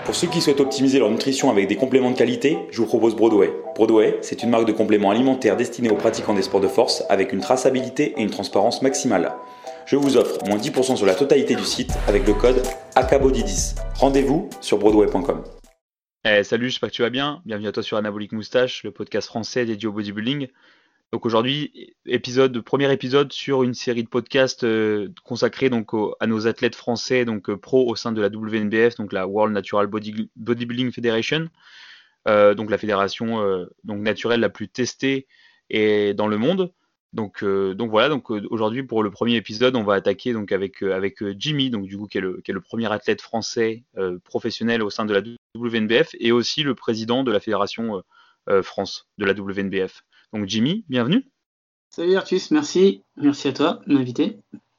Pour ceux qui souhaitent optimiser leur nutrition avec des compléments de qualité, je vous propose Broadway. Broadway, c'est une marque de compléments alimentaires destinée aux pratiquants des sports de force avec une traçabilité et une transparence maximale. Je vous offre moins 10% sur la totalité du site avec le code AKBODY10. Rendez-vous sur broadway.com. Salut, j'espère que tu vas bien. Bienvenue à toi sur Anabolic Moustache, le podcast français dédié au bodybuilding. Donc aujourd'hui, premier épisode sur une série de podcasts consacrés donc à nos athlètes français donc pro au sein de la WNBF, donc la World Natural Bodybuilding Federation, donc la fédération donc naturelle la plus testée et dans le monde. Donc voilà, aujourd'hui pour le premier épisode, on va attaquer donc avec Jimmy, donc du coup qui est le premier athlète français professionnel au sein de la WNBF et aussi le président de la fédération France de la WNBF. Donc Jimmy, bienvenue. Salut Artus, merci à toi de m'inviter.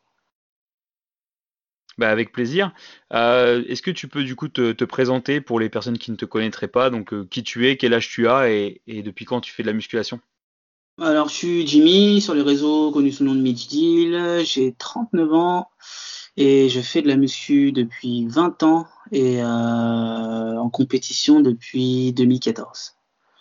Avec plaisir. Est-ce que tu peux du coup te présenter pour les personnes qui ne te connaîtraient pas, donc qui tu es, quel âge tu as et depuis quand tu fais de la musculation? Alors je suis Jimmy, sur les réseaux connu sous le nom de Midgil, j'ai 39 ans et je fais de la muscu depuis 20 ans et en compétition depuis 2014.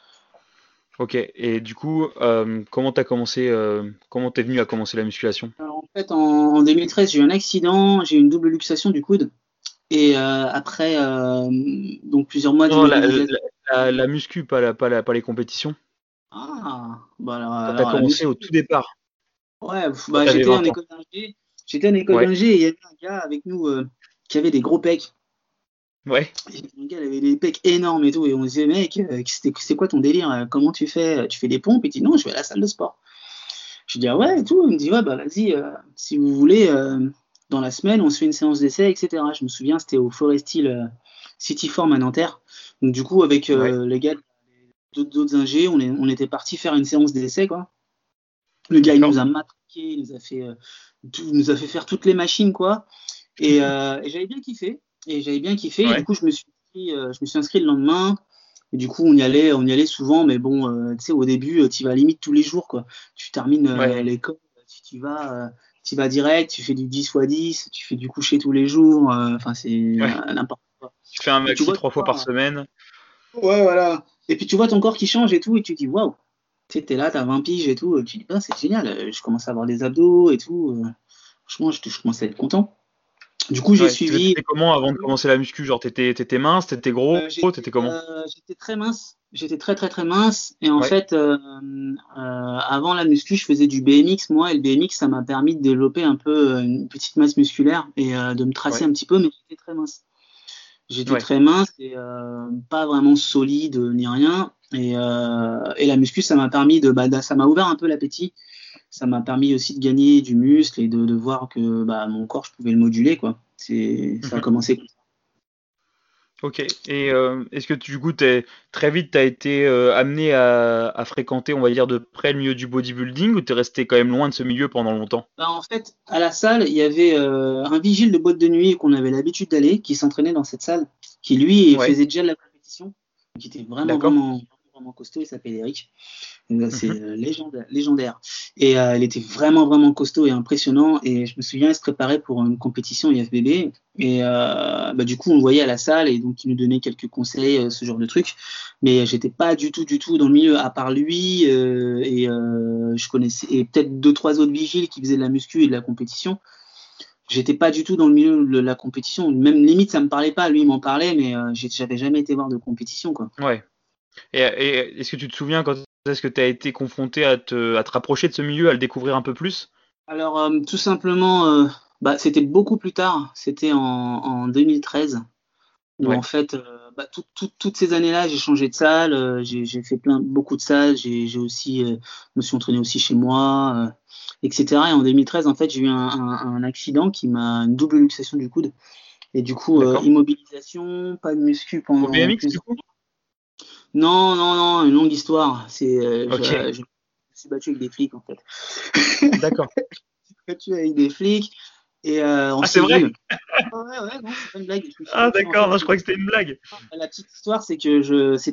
Ok, et du coup, comment t'es venu à commencer la musculation? Alors en fait en 2013 j'ai eu un accident, j'ai eu une double luxation du coude et après donc plusieurs mois Non, d'immobilisation. la muscu, pas les compétitions. Ah, bah Quand t'as alors la commencé muscu. au tout départ, Ouais, quand t'avais j'étais en 20 ans. école d'ingé. J'étais en école Ouais, d'ingé et il y avait un gars avec nous qui avait des gros pecs. ouais. Et le gars il avait des pecs énormes et tout. Et on disait, mec, c'est quoi ton délire? Comment tu fais? Tu fais des pompes? Il dit, non, je vais à la salle de sport. Je dis, ah ouais, et tout. Il me dit, ouais, bah vas-y, si vous voulez, dans la semaine, on se fait une séance d'essai, etc. Je me souviens, c'était au Forestil City Form à Nanterre. Donc du coup, avec Ouais. les gars d'autres ingés, on était partis faire une séance d'essai, quoi. Le gars, il D'accord. nous a matraqué, il nous a fait faire toutes les machines, quoi. Et j'avais bien kiffé. Et du Ouais. coup, je me suis inscrit le lendemain. Et du coup, on y allait souvent, mais bon, tu sais, au début, tu vas limite tous les jours, quoi. Tu termines Ouais. l'école, tu vas direct, tu fais du 10x10, tu fais du coucher tous les jours. Enfin, c'est Ouais. n'importe quoi. Tu fais un Et tu maxi vois ton 3 fois par corps. semaine. Ouais, voilà. Et puis tu vois ton corps qui change et tout, et tu te dis, waouh. Tu sais, t'es là, t'as 20 piges et tout, et tu dis, c'est génial, je commence à avoir des abdos et tout. Franchement, je commence à être content. Du coup, j'ai Ouais. suivi. T'étais comment avant de commencer la muscu? Genre, t'étais mince, t'étais gros, t'étais comment? J'étais très mince, j'étais très très très mince, et en Ouais. fait, avant la muscu, je faisais du BMX, moi, et le BMX, ça m'a permis de développer un peu une petite masse musculaire et de me tracer Ouais. un petit peu, mais j'étais très mince. J'étais Ouais. très mince et pas vraiment solide ni rien. Et la muscu, ça m'a permis ça m'a ouvert un peu l'appétit. Ça m'a permis aussi de gagner du muscle et de voir que mon corps, je pouvais le moduler, quoi. Ça a Mhm. commencé comme ça. Ok. Et est-ce que du coup, très vite, t'as été amené à fréquenter, on va dire, de près le milieu du bodybuilding ou t'es resté quand même loin de ce milieu pendant longtemps? En fait, à la salle, il y avait un vigile de boîte de nuit qu'on avait l'habitude d'aller, qui s'entraînait dans cette salle, qui lui Ouais. faisait déjà de la compétition, qui était vraiment, D'accord. vraiment, vraiment costaud. Il s'appelle Eric. C'est Mhm. légendaire. Et il était vraiment, vraiment costaud et impressionnant. Et je me souviens, il se préparait pour une compétition IFBB. Et du coup, on le voyait à la salle et donc il nous donnait quelques conseils, ce genre de trucs. Mais j'étais pas du tout dans le milieu, à part lui. Je connaissais et peut-être deux, trois autres vigiles qui faisaient de la muscu et de la compétition. J'étais pas du tout dans le milieu de la compétition. Même limite, ça me parlait pas. Lui, il m'en parlait, mais j'avais jamais été voir de compétition, quoi. Ouais. Et est-ce que tu te souviens quand est-ce que tu as été confronté à te rapprocher de ce milieu, à le découvrir un peu plus? Alors, tout simplement, c'était beaucoup plus tard. C'était en 2013, où en Ouais. fait, toutes ces années-là, j'ai changé de salle, j'ai fait beaucoup de salles, j'ai aussi, me suis entraîné aussi chez moi, etc. Et en 2013, en fait, j'ai eu un accident qui m'a une double luxation du coude. Et du coup, D'accord. immobilisation, pas de muscu Au pendant BMX, plus. du coup? Non, non, non, une longue histoire. Ok. Je me suis battu avec des flics, en fait. D'accord. Battu avec des flics et en Ah, c'est vrai? civil. Ouais, ouais, non, c'est pas une blague. Je me suis Ah, battu en d'accord. fait. Non, je crois que c'était une blague. La petite histoire, c'est que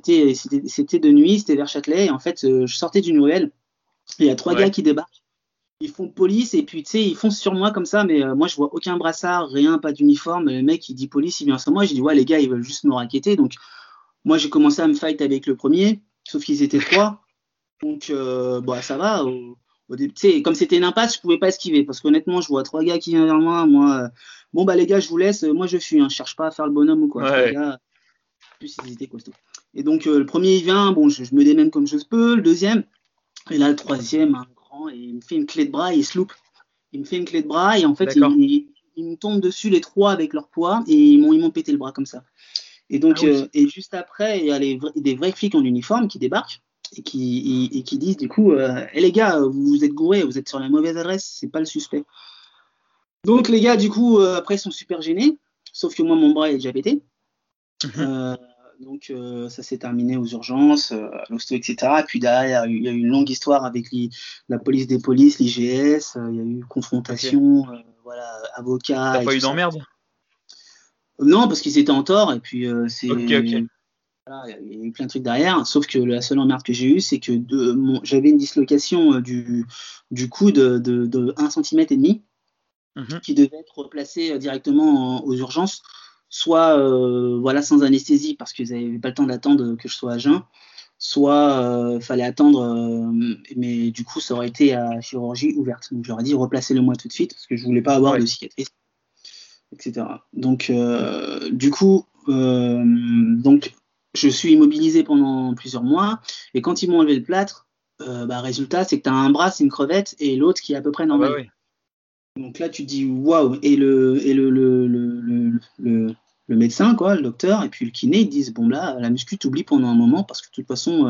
c'était de nuit, c'était vers Châtelet, et en fait, je sortais d'une ruelle, et il y a trois gars Ouais. qui débarquent. ils font police et puis tu sais, ils foncent sur moi comme ça, mais moi je vois aucun brassard, rien, pas d'uniforme. Le mec il dit police, il vient sur moi. J'ai dit ouais, les gars, ils veulent juste me racketter. Donc moi j'ai commencé à me fight avec le premier, sauf qu'ils étaient trois. Donc bah, ça va. Tu sais, comme c'était une impasse, je pouvais pas esquiver parce qu'honnêtement, je vois trois gars qui viennent vers moi. Moi, bon bah les gars, je vous laisse. Moi je fuis, hein, je cherche pas à faire le bonhomme ou quoi. Trois Ouais, gars, en plus ils étaient costauds. Et donc le premier il vient, bon je me démène comme je peux. Le deuxième, et là le troisième, un grand, et il me fait une clé de bras, et il se loupe. Il me fait une clé de bras et en fait d'accord. ils me tombent dessus les trois avec leur poids et ils m'ont pété le bras comme ça. Et Ah donc, oui. et juste après, il y a des vrais flics en uniforme qui débarquent et qui disent du coup, Eh, les gars, vous vous êtes gourés, vous êtes sur la mauvaise adresse, c'est pas le suspect. Donc les gars, du coup, après, ils sont super gênés, sauf que moi, mon bras est déjà pété. Mhm. Euh, donc ça s'est terminé aux urgences, à l'hosto, etc. Puis derrière, il y a eu une longue histoire avec la police des polices, l'IGS, il y a eu Ok. confrontation, voilà, T'as avocat et pas tout eu ça. d'emmerde? Non, parce qu'ils étaient en tort, et puis Ok, ok. il y a eu plein de trucs derrière, sauf que la seule emmerde que j'ai eue, c'est que j'avais une dislocation du coude de 1,5 cm Mhm. qui devait être placé directement aux urgences, soit voilà, sans anesthésie parce qu'ils n'avaient pas le temps d'attendre que je sois à jeun, soit fallait attendre, mais du coup ça aurait été à chirurgie ouverte. Donc je leur ai dit replacez-le-moi tout de suite parce que je voulais pas avoir de Ouais. cicatrice, etc. Donc, du coup, donc, je suis immobilisé pendant plusieurs mois. Et quand ils m'ont enlevé le plâtre, bah, résultat, c'est que tu as un bras, c'est une crevette, et l'autre qui est à peu près Ah bah normal. oui. Donc là, tu te dis waouh. Et le médecin, quoi, le docteur, et puis le kiné, ils disent bon, là, la muscu, t'oublies pendant un moment, parce que de toute façon,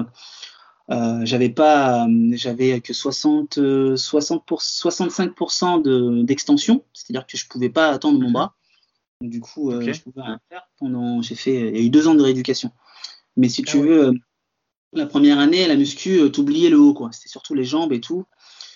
j'avais que 65% d'extension, c'est-à-dire que je pouvais pas attendre mon Mhm. bras. Du coup, Ok. je pouvais rien faire il y a eu 2 ans de rééducation. Mais si Ah tu ouais. veux, la première année, la muscu, t'oubliais le haut, quoi. C'était surtout les jambes et tout.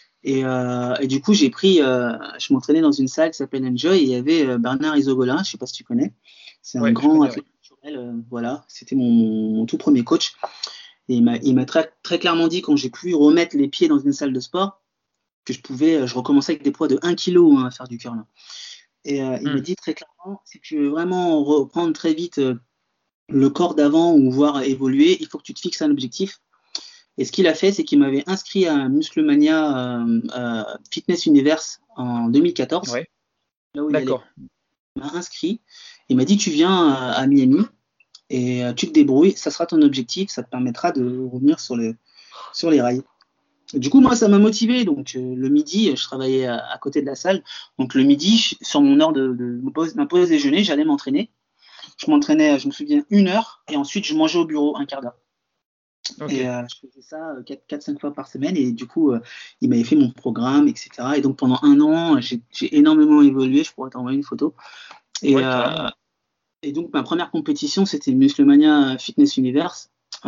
Et du coup, je m'entraînais dans une salle qui s'appelle Enjoy et il y avait Bernard Isogola, je sais pas si tu connais. C'est un Ouais, je grand connais, ouais. athlète naturel, voilà. C'était mon tout premier coach. Et il m'a très, très clairement dit quand j'ai pu remettre les pieds dans une salle de sport que je recommençais avec des poids de 1 kg à faire du curl. Et il m'a Hmm. dit très clairement, si tu veux vraiment reprendre très vite le corps d'avant ou voir évoluer, il faut que tu te fixes un objectif. Et ce qu'il a fait, c'est qu'il m'avait inscrit à Musclemania Fitness Universe en 2014, Ouais. là où il allait. D'accord. Il m'a inscrit, il m'a dit tu viens à Miami et tu te débrouilles, ça sera ton objectif, ça te permettra de revenir sur les rails. Et du coup, moi, ça m'a motivé. Donc, le midi, je travaillais à côté de la salle. Donc, le midi, sur mon heure de ma pause déjeuner, j'allais m'entraîner. Je m'entraînais, je me souviens, 1 heure et ensuite je mangeais au bureau un quart d'heure. Ok. Et je faisais ça 4-5 fois par semaine et du coup, il m'avait fait mon programme, etc. Et donc pendant un an, j'ai énormément évolué, je pourrais t'envoyer une photo. Et, Ouais, euh, carrément. et donc ma première compétition, c'était Musclemania Fitness Universe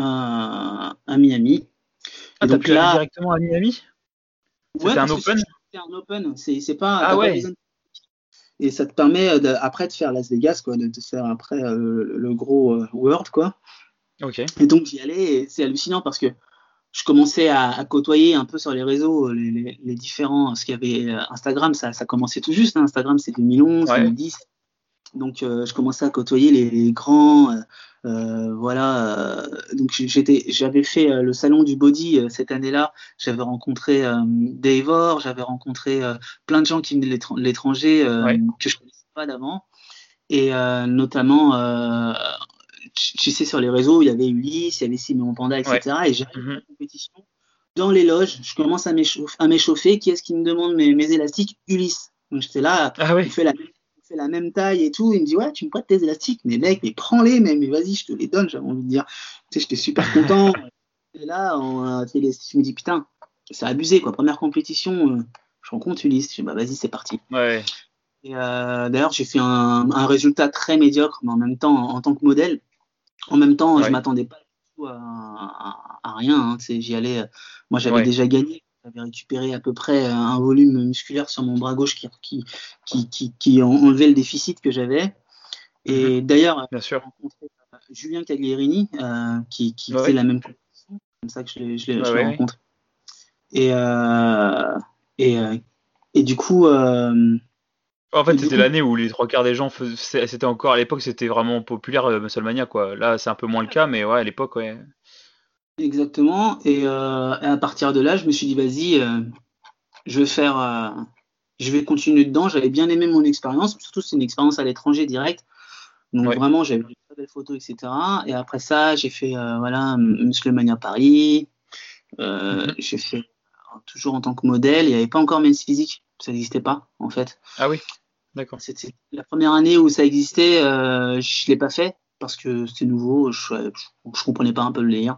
à Miami. Ah, Et t'as donc pu aller là, directement à Miami? ouais, C'était un parce que open? c'est un open, c'est pas, Ah t'as pas ouais. besoin et ça te permet après de faire Las Vegas, quoi, de faire après le gros World, quoi. Ok. Et donc j'y allais, et c'est hallucinant parce que je commençais à côtoyer un peu sur les réseaux les différents. Ce qu'il y avait Instagram, ça commençait tout juste, hein. Instagram, c'est 2011, Ouais. 2010. Donc, je commençais à côtoyer les grands. Voilà. Donc, j'avais fait le salon du body cette année-là. J'avais rencontré Dave Orr, j'avais rencontré plein de gens qui venaient de l'étranger Ouais. que je connaissais pas d'avant. Et notamment, tu sais, sur les réseaux, il y avait Ulysse, il y avait Simon Panda, Ouais. etc. Et j'arrive à Mhm. la compétition. Dans les loges, je commence à m'échauffer. Qui est-ce qui me demande mes élastiques? Ulysse. Donc j'étais là, Ah on ouais. fait la même taille et tout. Il me dit, ouais, tu me prêtes tes élastiques? Mais mec, mais prends-les, mais vas-y, je te les donne, j'avais envie de dire. Tu sais, j'étais super content. Et là, je me dis, putain, c'est abusé, quoi. Première compétition, je rencontre Ulysse. Je dis, bah vas-y, c'est parti. Ouais. Et d'ailleurs, j'ai fait un résultat très médiocre, mais en même temps, en tant que modèle, en même temps, je Ouais. m'attendais pas du tout à rien, hein. Tu sais, j'y allais. Moi, j'avais Ouais. déjà gagné. J'avais récupéré à peu près un volume musculaire sur mon bras gauche qui enlevait le déficit que j'avais. Mhm. Et d'ailleurs, Bien j'ai sûr. rencontré Julien Caglierini, qui faisait Ouais. la même compétition. C'est comme ça que je l'ai Ouais, ouais, ouais. rencontré. Et Et, euh, et du coup, En et fait, du c'était coup, l'année où les trois quarts des gens c'était encore à l'époque, c'était vraiment populaire Musclemania quoi. Là, c'est un peu moins le cas, mais ouais, à l'époque, ouais. exactement. Et à partir de là, je me suis dit, vas-y, je vais faire, je vais continuer dedans. J'avais bien aimé mon expérience, surtout c'est une expérience à l'étranger direct. Donc Ouais. vraiment, j'avais de très belles photos, etc. Et après ça, j'ai fait voilà, Musclemania Paris. Mhm. J'ai fait toujours en tant que modèle. Il n'y avait pas encore Men's Physique, ça n'existait pas en fait. Ah oui, d'accord. C'était la première année où ça existait, je l'ai pas fait parce que c'était nouveau, je comprenais pas un peu le délire.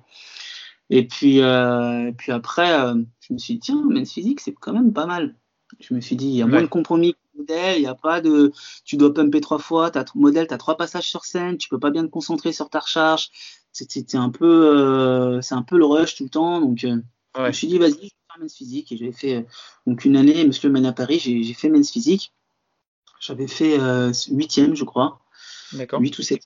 Et puis après, je me suis dit, tiens, Men's Physique, c'est quand même pas mal. Je me suis dit, il y a moins de Ouais. compromis que le modèle, il n'y a pas de. Tu dois pumper 3 fois, t'as ton modèle, tu as 3 passages sur scène, tu peux pas bien te concentrer sur ta recharge. C'était un peu, c'est un peu le rush tout le temps. Donc, je me Ouais. suis dit, vas-y, je vais faire Men's Physique. Et j'avais fait donc une année, Monsieur le Man à Paris, j'ai fait Men's Physique. J'avais fait 8e, je crois, D'accord. 8 ou 7.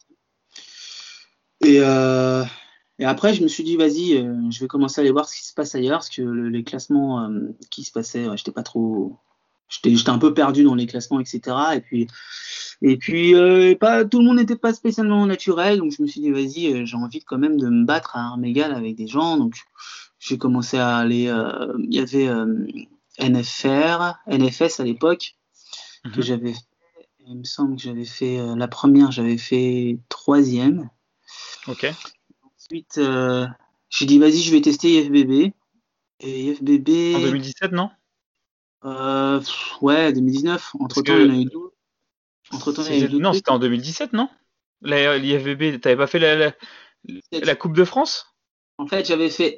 Et, euh, et après, je me suis dit, vas-y, je vais commencer à aller voir ce qui se passe ailleurs, parce que les classements qui se passaient, ouais, j'étais pas trop. J'étais un peu perdu dans les classements, etc. Et puis pas, tout le monde n'était pas spécialement naturel, donc je me suis dit, vas-y, j'ai envie quand même de me battre à armes égales avec des gens. Donc j'ai commencé à aller. Il y avait NFR, NFS à l'époque, que Mhm. j'avais fait. Il me semble que j'avais fait la première, j'avais fait 3e. Ok. Ensuite, j'ai dit, vas-y, je vais tester IFBB. Et En IFBB, 2017, non? ouais, 2019. Parce Entre-temps, il y en que a eu d'autres. Entre-temps, il y a eu d'autres non, trucs. c'était en 2017, non? L'IFBB, t'avais pas fait la Coupe de France? En fait, j'avais fait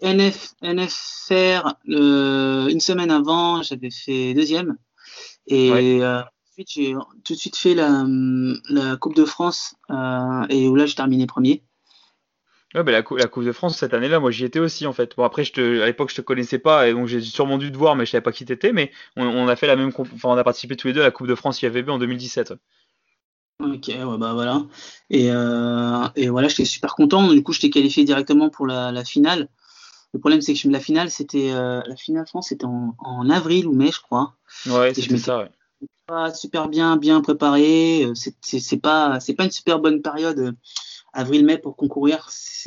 NFR une semaine avant, j'avais fait 2e. Ouais. Et ensuite, j'ai tout de suite fait la Coupe de France, et où là, j'ai terminé premier. Ouais, bah, la Coupe de France cette année-là, moi j'y étais aussi en fait. Bon après, à l'époque je te connaissais pas et donc j'ai sûrement dû te voir, mais je savais pas qui t'étais. Mais on a fait enfin on a participé tous les deux à la Coupe de France IFBB en 2017. Ok, ouais, bah voilà. Et voilà, j'étais super content. Du coup, je t'ai qualifié directement pour la finale. Le problème, c'est que la finale, la finale France, c'était en avril ou mai, je crois. Ouais, Et je c'était m'étais ça. Ouais. pas super bien préparé. C'est pas une super bonne période, avril-mai pour concourir.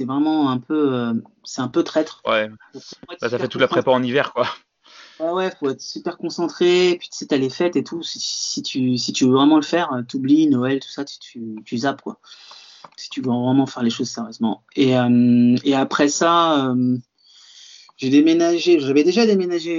C'est un peu traître. Ouais. Faut être Bah t'as fait super toute la prépa concentré. en hiver quoi. Ouais, ouais, faut être super concentré. Et puis tu sais, t'as les fêtes et tout. Si tu veux vraiment le faire, t'oublies Noël, tout ça, tu zappes quoi. Si tu veux vraiment faire les choses sérieusement. Et après ça. J'ai déménagé, j'avais déjà déménagé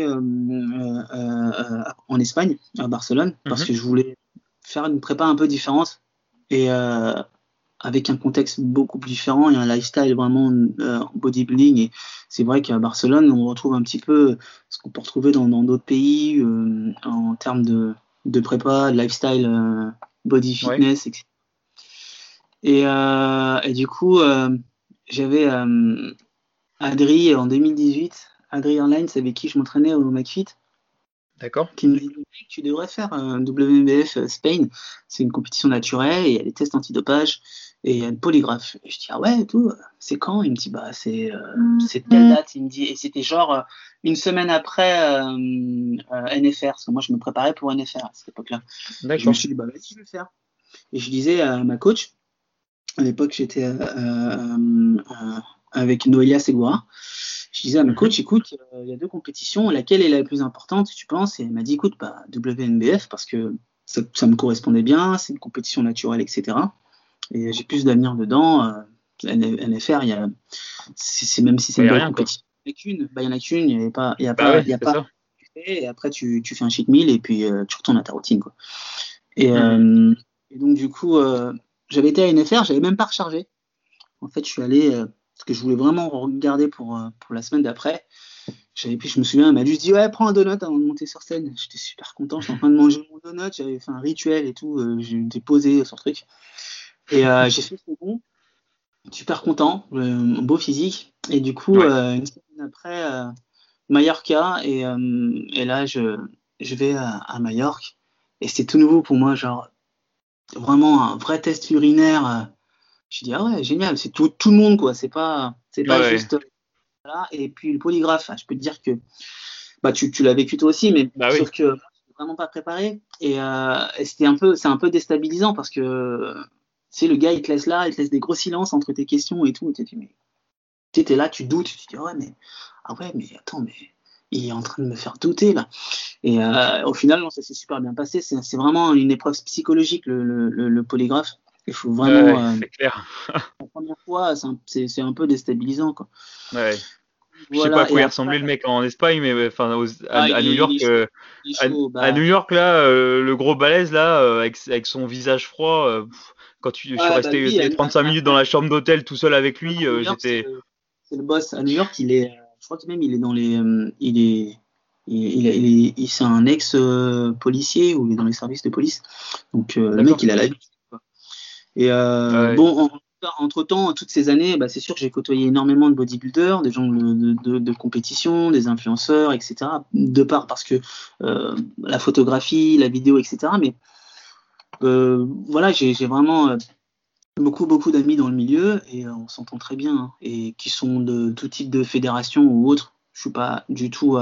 en Espagne, à Barcelone, parce Mhm. que je voulais faire une prépa un peu différente et avec un contexte beaucoup plus différent et un lifestyle vraiment bodybuilding. Et c'est vrai qu'à Barcelone, on retrouve un petit peu ce qu'on peut retrouver dans d'autres pays en termes de prépa, de lifestyle, body Ouais. fitness, etc. Et du coup, j'avais Adri en 2018, Adri Airlines avec qui je m'entraînais au McFit, D'accord. qui me dit mec, tu devrais faire un WMBF Spain, c'est une compétition naturelle et il y a des tests antidopage et il y a une polygraphe. Et je dis ah ouais et tout, c'est quand? Il me dit bah c'est telle date, il me dit et c'était genre une semaine après NFR, parce que moi je me préparais pour NFR à cette époque-là. Et je me D'accord. suis dit bah vas-y je vais le faire. Et je disais à ma coach, à l'époque j'étais avec Noelia Segura. Je disais à ma Mhm. coach, écoute, il y a 2 compétitions, laquelle est la plus importante, si tu penses? Et elle m'a dit, écoute, bah, WNBF, parce que ça me correspondait bien, c'est une compétition naturelle, etc. Et j'ai plus d'avenir dedans. NFR, même si c'est Bah une y a belle rien quoi. compétition, il y en a qu'une, il n'y a pas, il y a Bah pas, ouais, il y a c'est pas, ça. et après tu fais un cheat meal et puis tu retournes à ta routine, quoi. Et, Mhm. euh, et donc, du coup, j'avais été à NFR, j'avais même pas rechargé. En fait, je suis allé, parce que je voulais vraiment regarder pour la semaine d'après. Puis je me souviens, elle m'a juste dit ouais, prends un donut avant de monter sur scène. J'étais super content, j'étais en train de manger mon donut, j'avais fait un rituel et tout, j'étais posé sur le truc. Et j'ai fait ce bon, super content, un beau physique. Et du coup, Ouais. une semaine après, Mallorca, et là, je vais à Majorque. Et c'était tout nouveau pour moi, genre vraiment un vrai test urinaire. Je dis ah ouais, génial, c'est tout le monde quoi, c'est pas Ouais. juste là. Et puis le polygraphe, je peux te dire que Bah, tu l'as vécu toi aussi, mais Bah oui. sauf que je suis vraiment pas préparé. Et c'est un peu déstabilisant parce que tu sais, le gars, il te laisse là, il te laisse des gros silences entre tes questions et tout. Et tu te dis, mais tu es là, tu doutes, tu te dis, ouais, mais attends, mais il est en train de me faire douter là. Et au final, non, ça s'est super bien passé. C'est vraiment une épreuve psychologique, le polygraphe. Il faut vraiment. C'est clair. La première fois, c'est un peu déstabilisant, quoi. Ouais. Je sais pas à Voilà. Et quoi il après, ressemblait le mec en Espagne, mais enfin à New il York, est chaud. Il est chaud. à Bah, New York là, le gros balèze là, avec son visage froid. Je suis ouais, bah resté lui, 35 minutes dans la chambre d'hôtel tout seul avec même lui, à New York, j'étais. c'est le boss. À New York, je crois que même il est dans les, c'est un ex-policier ou il est dans les services de police. Donc le mec, D'accord. il a la vie. Et Ouais. bon, entre-temps, toutes ces années, bah, c'est sûr que j'ai côtoyé énormément de bodybuilders, des gens de compétition, des influenceurs, etc. De part parce que la photographie, la vidéo, etc. Mais voilà, j'ai vraiment beaucoup d'amis dans le milieu et on s'entend très bien, hein, et qui sont de tout type de fédération ou autre. Je suis pas du tout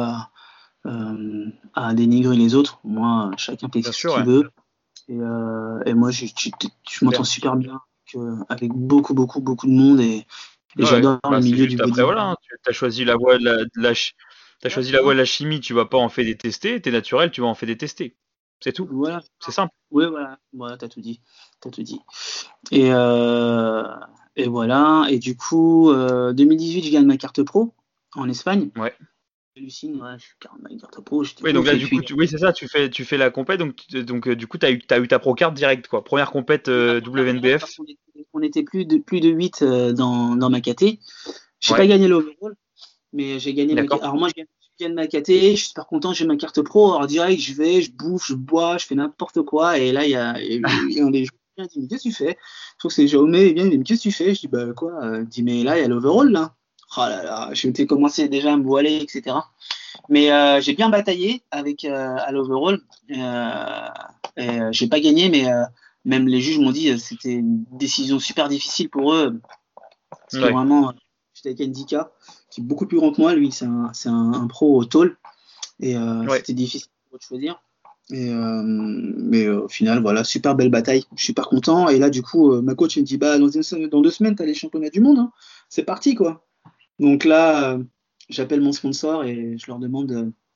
à dénigrer les autres. Moi, chacun fait Bien ce sûr, qu'il ouais. veut. Et moi, je C'est m'entends clair. super bien avec beaucoup de monde et Ouais. j'adore le Bah c'est milieu du juste après body. voilà, hein, tu as choisi la voie t'as Ouais, choisi c'est la ça. voie de la chimie, tu vas pas en fait détester, t'es naturel, tu vas en fait détester. C'est tout. Voilà, c'est C'est ça. simple. Ouais, voilà, t'as tout dit. T'as tout dit. Et, euh, et voilà. Et du coup, 2018, je gagne ma carte pro en Espagne. Ouais. J'hallucine, ouais, je gagne ma carte pro, j'étais Oui, donc ouf. là, Et du coup, puis, oui, c'est ça, tu fais la compète, donc du coup, t'as eu ta pro carte direct, quoi. Première compète j'ai eu ma pro-carte direct parce WNBF. qu'on était plus de 8 dans ma KT. J'ai pas Ouais, gagné l'overall, mais j'ai gagné ma KT. d'accord. Alors moi, je gagne ma KT, je suis super content, j'ai ma carte pro. Alors direct, je vais, je bouffe, je bois, je fais n'importe quoi. Et là, il y a un des gens qui vient, il dit, mais qu'est-ce que tu fais? Je trouve que c'est Jaume, il vient, il dit, mais qu'est-ce que tu fais? Je dis, bah quoi? Il dit, mais là, il y a l'overall, là. Oh là là, je m'étais commencé déjà à me voiler, etc. Mais j'ai bien bataillé à l'overall. J'ai pas gagné, mais même les juges m'ont dit c'était une décision super difficile pour eux. Parce que Ouais, vraiment, j'étais avec Ndika, qui est beaucoup plus grand que moi. Lui, un pro au tôle. Et ouais. c'était difficile pour eux de choisir. Mais au final, voilà, super belle bataille. Je suis super content. Et là, du coup, ma coach me dit bah, dans 2 semaines, tu as les championnats du monde, hein. C'est parti, quoi. Donc là, j'appelle mon sponsor et je leur demande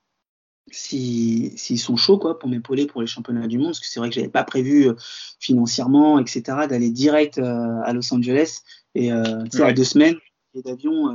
s'ils sont chauds quoi, pour m'épauler pour les championnats du monde, parce que c'est vrai que j'avais pas prévu financièrement, etc., d'aller direct à Los Angeles. Et tu sais, à Ouais, 2 semaines d'avion,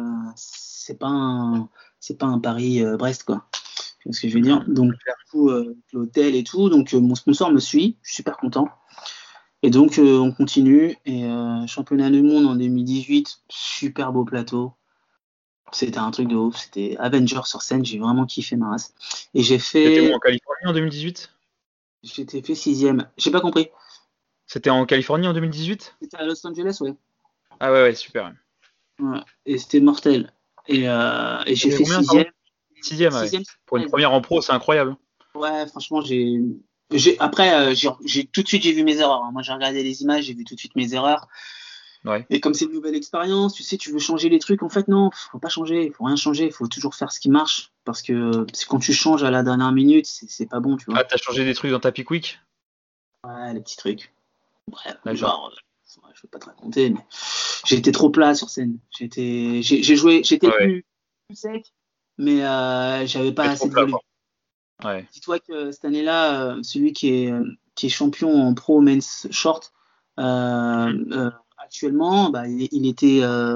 c'est pas un Paris-Brest, quoi. Tu vois ce que je veux dire? Donc, c'est clair. du coup, l'hôtel et tout, donc mon sponsor me suit, je suis super content. Et donc, on continue. Et championnat du monde en 2018, super beau plateau. C'était un truc de ouf. C'était Avenger sur scène. J'ai vraiment kiffé ma race. Et C'était où, en Californie en 2018? j'étais fait 6e. J'ai pas compris. C'était en Californie en 2018? C'était à Los Angeles, ouais. Ah ouais, ouais, super. Ouais. Et c'était mortel. Et Ça j'ai fait fait combien, pardon? 6e. Sixième, ouais. 6e, Pour une première en pro, c'est incroyable. ouais, franchement, après, tout de suite, j'ai vu mes erreurs, hein. Moi, j'ai regardé les images, j'ai vu tout de suite mes erreurs. Ouais, Et comme c'est une nouvelle expérience, tu sais, tu veux changer les trucs. En fait, non, faut pas changer, faut rien changer, faut toujours faire ce qui marche. Parce que c'est quand tu changes à la dernière minute, c'est pas bon, tu ah, vois. t'as changé des trucs dans ta Pickwick? Ouais, les petits trucs. Bref, D'accord. genre, ouais, je vais pas te raconter, mais j'ai été trop plat sur scène. J'ai joué, j'étais Ouais, ouais. plus sec, mais j'avais pas Mais trop assez de plat, volume. quoi. Ouais. Dis-toi que cette année-là, celui qui est champion en pro men's short, euh, Mhm. actuellement, bah, il était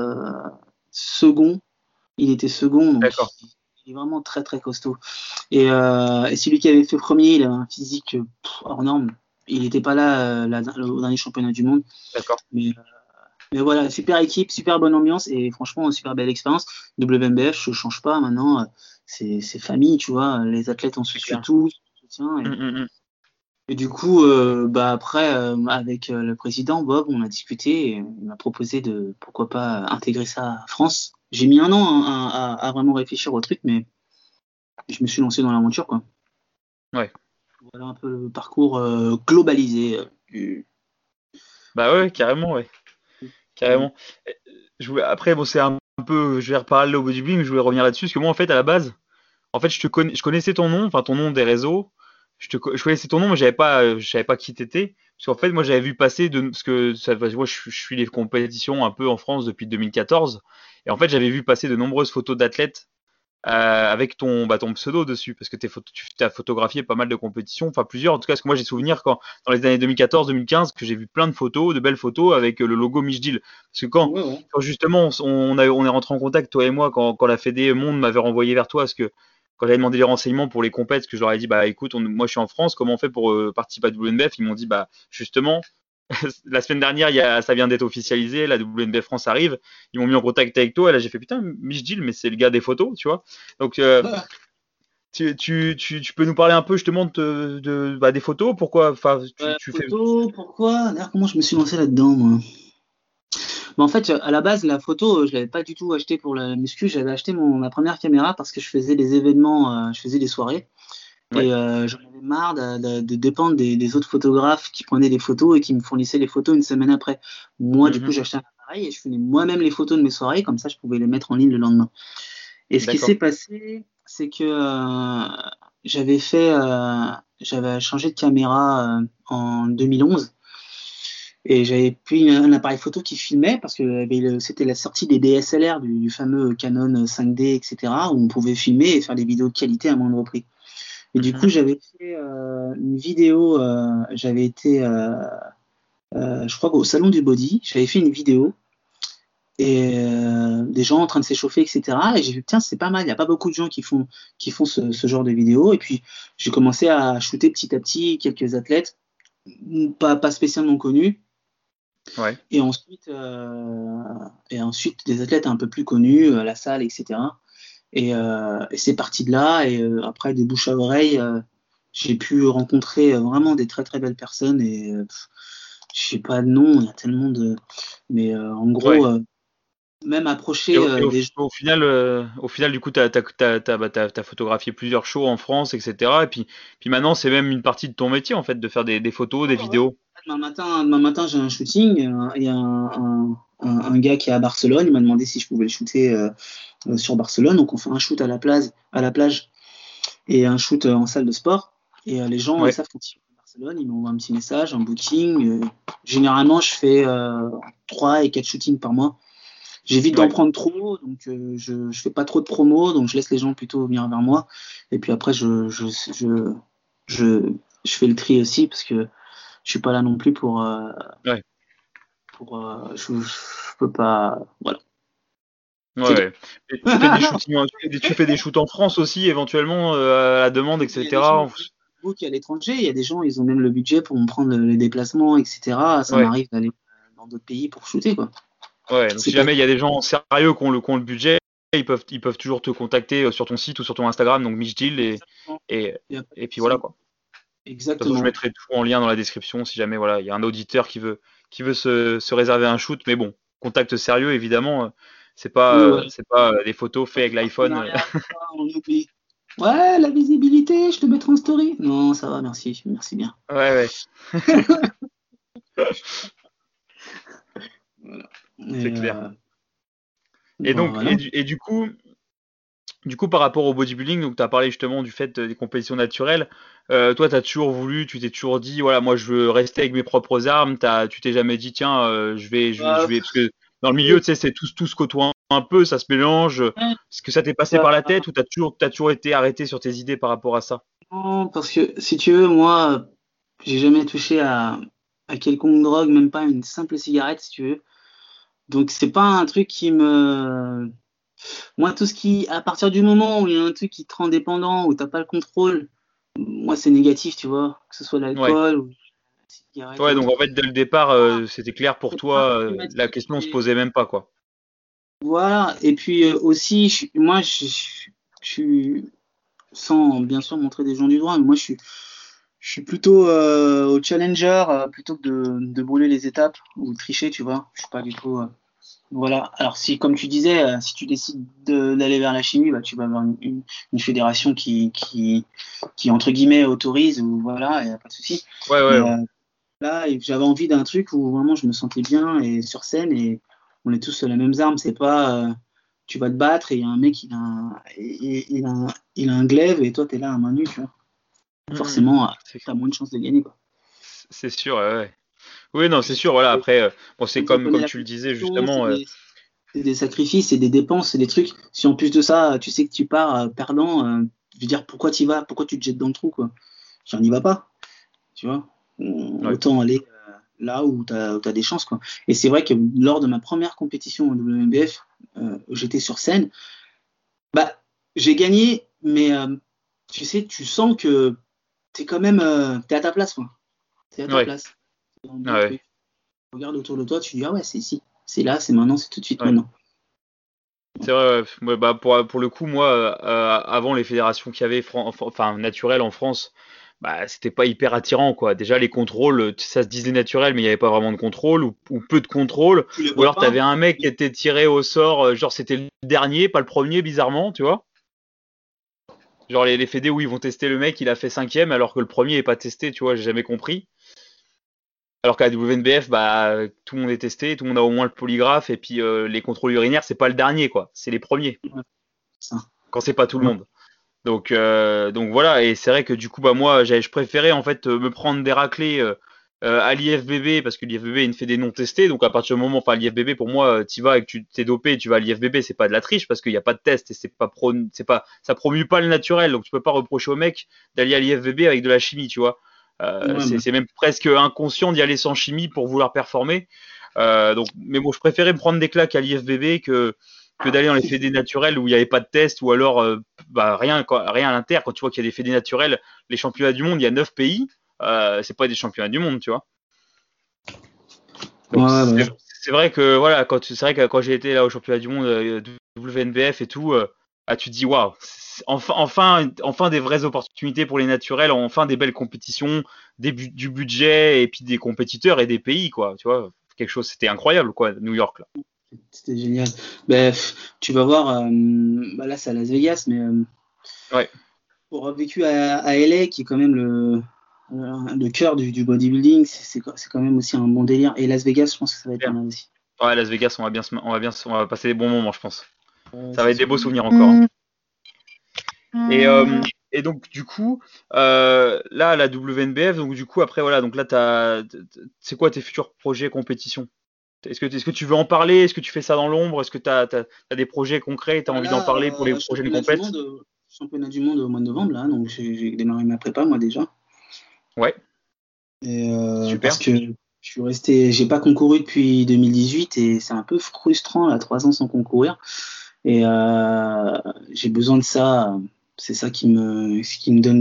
second. Il était second, donc D'accord. il est vraiment très très costaud. Et celui qui avait fait premier, il avait un physique hors norme. Il n'était pas là au dernier championnat du monde. D'accord. Mais, mais voilà, super équipe, super bonne ambiance et franchement, super belle expérience. WMBF, je ne change pas maintenant. C'est famille, tu vois. Les athlètes, on se C'est suit clair. tous. On se soutient. Hum, hum, hum. Et du coup, bah après, avec le président Bob, on a discuté. Et il m'a proposé de pourquoi pas intégrer ça à France. J'ai mis un an hein, à vraiment réfléchir au truc, mais je me suis lancé dans l'aventure, quoi. Ouais. Voilà un peu le parcours globalisé Bah ouais, carrément, ouais. du- Carrément. Après, bon, c'est un peu, je vais reparler au bodybuilding, mais je voulais revenir là-dessus, parce que moi, en fait, à la base, en fait, je connaissais ton nom, enfin ton nom des réseaux. Je connaissais ton nom, mais je savais pas qui t'étais. Parce qu'en fait, moi, j'avais vu passer parce que moi, je suis les compétitions un peu en France depuis 2014. Et en fait, j'avais vu passer de nombreuses photos d'athlètes avec ton pseudo dessus, parce que tu as photographié pas mal de compétitions, enfin plusieurs. En tout cas, parce que moi, j'ai souvenir dans les années 2014-2015, que j'ai vu plein de photos, de belles photos avec le logo Michdil. Parce que Ouais, ouais. quand justement on est rentré en contact, toi et moi, quand la Fédé Monde m'avait renvoyé vers toi, parce que quand j'avais demandé les renseignements pour les compètes, que je leur ai dit, bah écoute, moi je suis en France, comment on fait pour participer à WNBF? Ils m'ont dit, bah justement, la semaine dernière, ça vient d'être officialisé, la WNBF France arrive, ils m'ont mis en contact avec toi, et là j'ai fait, putain, Michdil, mais c'est le gars des photos, tu vois. Donc tu peux nous parler un peu justement des photos, pourquoi, enfin, tu fais. Photo, pourquoi? D'ailleurs, comment je me suis lancé là-dedans, moi? Bah, en fait, à la base, la photo, je l'avais pas du tout acheté pour la muscu. J'avais acheté ma première caméra parce que je faisais des événements, je faisais des soirées. Ouais. Et j'en avais marre de dépendre des autres photographes qui prenaient des photos et qui me fournissaient les photos une semaine après. Moi, du coup, Mhm. j'ai acheté un appareil et je faisais moi-même les photos de mes soirées, comme ça, je pouvais les mettre en ligne le lendemain. Et ce qui s'est D'accord. passé, c'est que j'avais fait, j'avais changé de caméra en 2011 et j'avais pris un appareil photo qui filmait parce que c'était la sortie des DSLR, du fameux Canon 5D, etc., où on pouvait filmer et faire des vidéos de qualité à moindre prix. Et du coup, Mhm. j'avais fait une vidéo, j'avais été, je crois qu'au Salon du Body, j'avais fait une vidéo et des gens en train de s'échauffer, etc. Et j'ai vu, tiens, c'est pas mal, il n'y a pas beaucoup de gens qui font ce genre de vidéo. Et puis, j'ai commencé à shooter petit à petit quelques athlètes, pas spécialement connus. Ouais. Et ensuite, des athlètes un peu plus connus, la salle, etc. Et c'est parti de là. Et après, des bouche à oreille, j'ai pu rencontrer vraiment des très très belles personnes. Et je sais pas de nom, il y a tellement de. Mais en Ouais. gros, même Et, approcher au, et au, des gens. au final, du coup, t'as photographié plusieurs shows en France, etc. Et puis maintenant, c'est même une partie de ton métier, en fait, de faire des photos, des Ouais, ouais. vidéos. Demain matin, j'ai un shooting. Il y a un gars qui est à Barcelone. Il m'a demandé si je pouvais le shooter sur Barcelone. Donc, on fait un shoot à la plage et un shoot en salle de sport. Et les gens, ils Ouais. savent quand ils sont à Barcelone, ils m'envoient un petit message, un booking. Généralement, je fais 3 et 4 shootings par mois. J'évite d'en Ouais. prendre trop, donc je fais pas trop de promos, donc je laisse les gens plutôt venir vers moi. Et puis après, je, je fais le tri aussi parce que je suis pas là non plus Ouais. je peux pas. Voilà, Ouais. c'est tout. Ouais. Et tu fais des shootings, tu fais des shoots en France aussi, éventuellement, à la demande, Il y a des gens etc. qui bookent à l'étranger, il y a des gens, ils ont même le budget pour me prendre les déplacements, etc. Ça Ouais. m'arrive d'aller dans d'autres pays pour shooter, quoi. Ouais. Donc, C'est si pas. jamais il y a des gens sérieux qui ont le budget, ils peuvent toujours te contacter sur ton site ou sur ton Instagram, donc Michdil, Exactement. et, Il y a pas de et puis voilà, souci. quoi. De toute façon, je Exactement. mettrai tout en lien dans la description si jamais voilà, il y a un auditeur qui veut se réserver un shoot. Mais bon, contact sérieux, évidemment. Ouais, ouais. C'est pas des photos faites avec l'iPhone. Partenariat, tout ça, on oublie. Ouais, la visibilité, je te mettrai en story. Non, ça va, merci. Merci bien. Ouais, ouais, Voilà. c'est Et, clair. Et bah, donc, voilà. du coup, par rapport au bodybuilding, donc tu as parlé justement du fait des compétitions naturelles. Toi, tu t'es toujours dit, voilà, moi, je veux rester avec mes propres armes. Tu t'es jamais dit, tiens, Bah, parce que dans le milieu, tu sais, c'est tout se côtoie un peu, ça se mélange. Est-ce que ça t'est passé par la bah, tête ou t'as toujours été arrêté sur tes idées par rapport à ça? non, parce que si tu veux, moi, j'ai jamais touché à quelconque drogue, même pas une simple cigarette, si tu veux. Donc, c'est pas un truc qui me. Moi, tout ce qui. À partir du moment où il y a un truc qui te rend dépendant, où t'as pas le contrôle, moi, c'est négatif, tu vois. Que ce soit Ouais. l'alcool ou la cigarette ou Ouais, donc autre. en fait, dès le départ, c'était clair pour C'est pas toi, la problématique. question se posait même pas, quoi. Voilà. Et puis aussi, moi, je suis, sans bien sûr montrer des gens du droit, mais moi, je suis plutôt au challenger plutôt que de brûler les étapes ou tricher, tu vois. Je suis pas du tout. Voilà. Alors, si, comme tu disais, si tu décides d'aller vers la chimie, bah, tu vas vers une fédération qui, entre guillemets, autorise, ou voilà, il n'y a pas de souci. Ouais, ouais, Mais ouais. là, j'avais envie d'un truc où vraiment je me sentais bien et sur scène et on est tous sur les mêmes armes. C'est pas. tu vas te battre et il y a un mec, il a un glaive et toi, tu es là à main nue, tu vois. Forcément, tu as moins de chances de gagner, quoi. C'est sûr, ouais. Oui, non, c'est sûr, voilà. Après, bon, c'est comme tu le disais justement. C'est des sacrifices, c'est des dépenses, c'est des trucs. Si en plus de ça, tu sais que tu pars perdant, je veux dire, pourquoi tu y vas? Pourquoi tu te jettes dans le trou, quoi? J'en y va pas, tu vois. Autant aller là où tu as des chances, quoi. Et c'est vrai que lors de ma première compétition en WNBF, j'étais sur scène. Bah, j'ai gagné, mais tu sais, tu sens que t'es quand même t'es à ta place, quoi. T'es à ta place. Dans le bon truc. Tu regardes autour de toi, tu dis ah ouais, c'est ici, c'est là, c'est maintenant, c'est tout de suite maintenant. C'est vrai, ouais, bah pour le coup, moi, avant les fédérations qu'il y avait naturelles en France, bah c'était pas hyper attirant, quoi. Déjà les contrôles, ça se disait naturel, mais il n'y avait pas vraiment de contrôle ou peu de contrôle. Ou alors t'avais un mec qui était tiré au sort, genre c'était le dernier, pas le premier, bizarrement, tu vois. Genre les fédés où ils vont tester le mec, il a fait 5e alors que le premier est pas testé, tu vois, j'ai jamais compris. Alors qu'à la WNBF, bah tout le monde est testé, tout le monde a au moins le polygraphe et puis les contrôles urinaires, c'est pas le dernier, quoi, c'est les premiers. Ouais, ça. Quand c'est pas tout le monde. Donc voilà, et c'est vrai que du coup, bah moi, je préférais en fait me prendre des raclés à l'IFBB parce que l'IFBB il me fait des non testés. Donc à partir du moment, enfin l'IFBB pour moi, tu vas et que tu t'es dopé, et tu vas à l'IFBB, c'est pas de la triche parce qu'il n'y a pas de test et ça promue pas le naturel. Donc tu peux pas reprocher au mec d'aller à l'IFBB avec de la chimie, tu vois. C'est même presque inconscient d'y aller sans chimie pour vouloir performer. Mais bon, je préférais me prendre des claques à l'IFBB que d'aller dans les fédés naturels où il n'y avait pas de test ou alors rien à l'inter. Quand tu vois qu'il y a des fédés naturels, les championnats du monde, il y a 9 pays, c'est pas des championnats du monde, tu vois. Donc c'est vrai que voilà, quand j'ai été là au championnat du monde WNBF et tout, tu te dis waouh, enfin des vraies opportunités pour les naturels, enfin des belles compétitions, du budget et puis des compétiteurs et des pays, quoi, tu vois. Quelque chose, c'était incroyable, quoi, New York là. C'était génial. Tu vas voir, là c'est à Las Vegas, mais pour avoir vécu à LA, qui est quand même le cœur du bodybuilding, c'est quand même aussi un bon délire. Et Las Vegas, je pense que ça va être pas mal aussi. Ouais, Las Vegas, on va passer des bons moments, je pense. Ça va être des beaux souvenirs encore. Et donc du coup, là la WNBF, donc du coup après voilà, donc là c'est quoi tes futurs projets compétition? Est-ce que tu veux en parler? Est-ce que tu fais ça dans l'ombre? Est-ce que tu as des projets concrets? Tu as envie d'en parler pour les prochaines compétitions? Championnat du monde au mois de novembre, là, donc j'ai démarré ma prépa, moi déjà. Ouais. Et parce que j'ai pas concouru depuis 2018 et c'est un peu frustrant, là, 3 ans sans concourir. Et j'ai besoin de ça. C'est ça qui me donne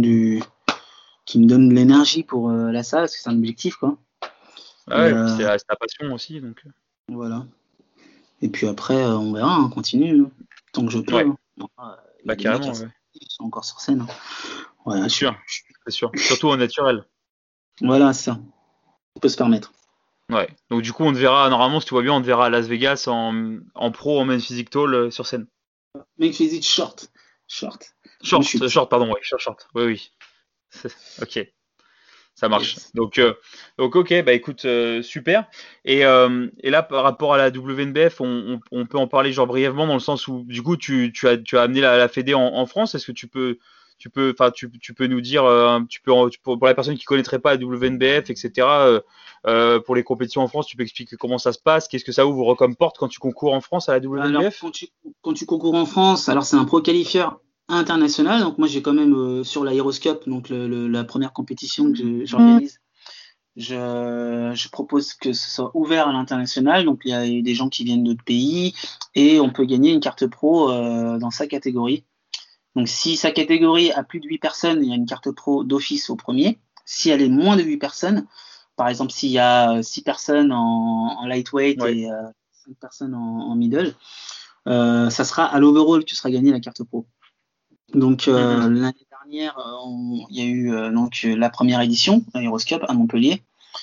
de l'énergie pour la salle, parce que c'est un objectif, quoi. Ouais, c'est ta passion aussi, donc. Voilà. Et puis après, on verra, on continue, tant que je peux. Ouais. Bah, carrément, ouais. Ils sont encore sur scène. Voilà, c'est sûr. Surtout au naturel. Voilà, ça. On peut se permettre. Ouais. Donc du coup, on te verra, normalement, si tu vois bien, on te verra à Las Vegas en pro, en Men's Physique Tall sur scène. Men's Physique short. Short, pardon, ouais, short. Oui. Ok. Ça marche. Yes. Donc ok, bah écoute, super. Et là, par rapport à la WNBF, on peut en parler genre brièvement dans le sens où du coup tu as amené la Fédé en France. Est-ce que tu peux nous dire pour la personne qui connaîtrait pas la WNBF, etc. Pour les compétitions en France, tu peux expliquer comment ça se passe, qu'est-ce que ça ouvre comme porte quand tu concours en France à la WNBF? Alors, quand tu concours en France, alors c'est un pro qualifieur international. Donc moi j'ai quand même sur l'Aéroscope, donc la première compétition que j'organise, je propose que ce soit ouvert à l'international. Donc il y a des gens qui viennent d'autres pays et on peut gagner une carte pro dans sa catégorie. Donc si sa catégorie a plus de 8 personnes, il y a une carte pro d'office au premier. Si elle est moins de 8 personnes, par exemple s'il y a 6 personnes en lightweight et 5 personnes en middle, ça sera à l'overall que tu seras gagné la carte pro. Donc l'année dernière, il y a eu la première édition, l'Aéroscope à Montpellier.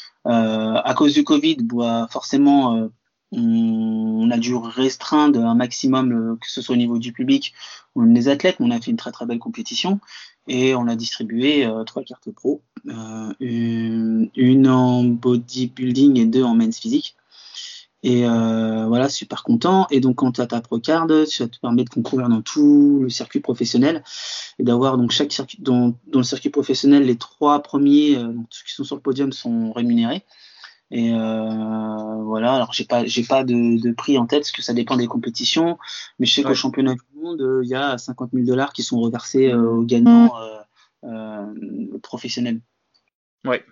À cause du Covid, forcément, on a dû restreindre un maximum, que ce soit au niveau du public ou même des athlètes, mais on a fait une très très belle compétition et on a distribué 3 cartes pro, une en bodybuilding et 2 en men's physique. Et voilà, super content. Et donc, quand tu as ta Procard, ça te permet de concourir dans tout le circuit professionnel et d'avoir donc chaque circuit, dans le circuit professionnel, les 3 premiers, donc ceux qui sont sur le podium, sont rémunérés. Et voilà, alors j'ai pas de prix en tête parce que ça dépend des compétitions, mais je sais qu'au championnat du monde, il y a 50 000 $ qui sont reversés aux gagnants professionnels. Ouais.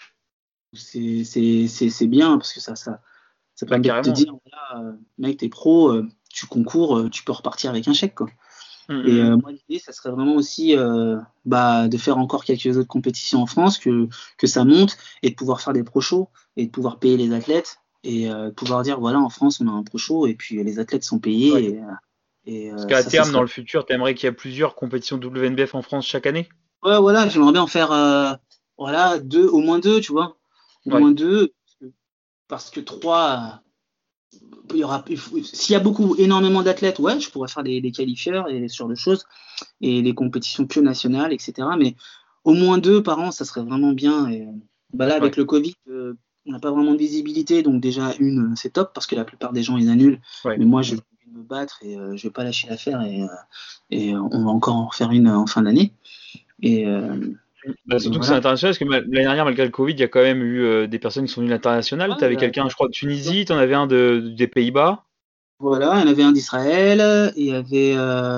C'est bien parce que ça permet de te dire, voilà, mec, t'es pro, tu concours, tu peux repartir avec un chèque, quoi. Et moi, l'idée, ça serait vraiment aussi de faire encore quelques autres compétitions en France, que ça monte, et de pouvoir faire des pro shows, et de pouvoir payer les athlètes, et de pouvoir dire, voilà, en France, on a un pro show, et puis les athlètes sont payés. Parce qu'à terme, dans le futur, tu aimerais qu'il y ait plusieurs compétitions WNBF en France chaque année? Ouais, voilà, j'aimerais bien en faire voilà, au moins deux, tu vois. Au moins deux, parce que trois, s'il y a énormément d'athlètes, ouais, je pourrais faire des qualifieurs et ce genre de choses, et des compétitions que nationales, etc. Mais au moins deux par an, ça serait vraiment bien. Et là, avec le Covid, on n'a pas vraiment de visibilité, donc déjà c'est top parce que la plupart des gens ils annulent. Mais moi, je vais me battre et je vais pas lâcher l'affaire, et on va encore en refaire une en fin d'année. Et surtout que c'est international, parce que l'année dernière, malgré le Covid, il y a quand même eu des personnes qui sont venues à l'international. Tu avais quelqu'un, je crois, de Tunisie, tu en avais un des Pays-Bas. Voilà, il y en avait un d'Israël, il y avait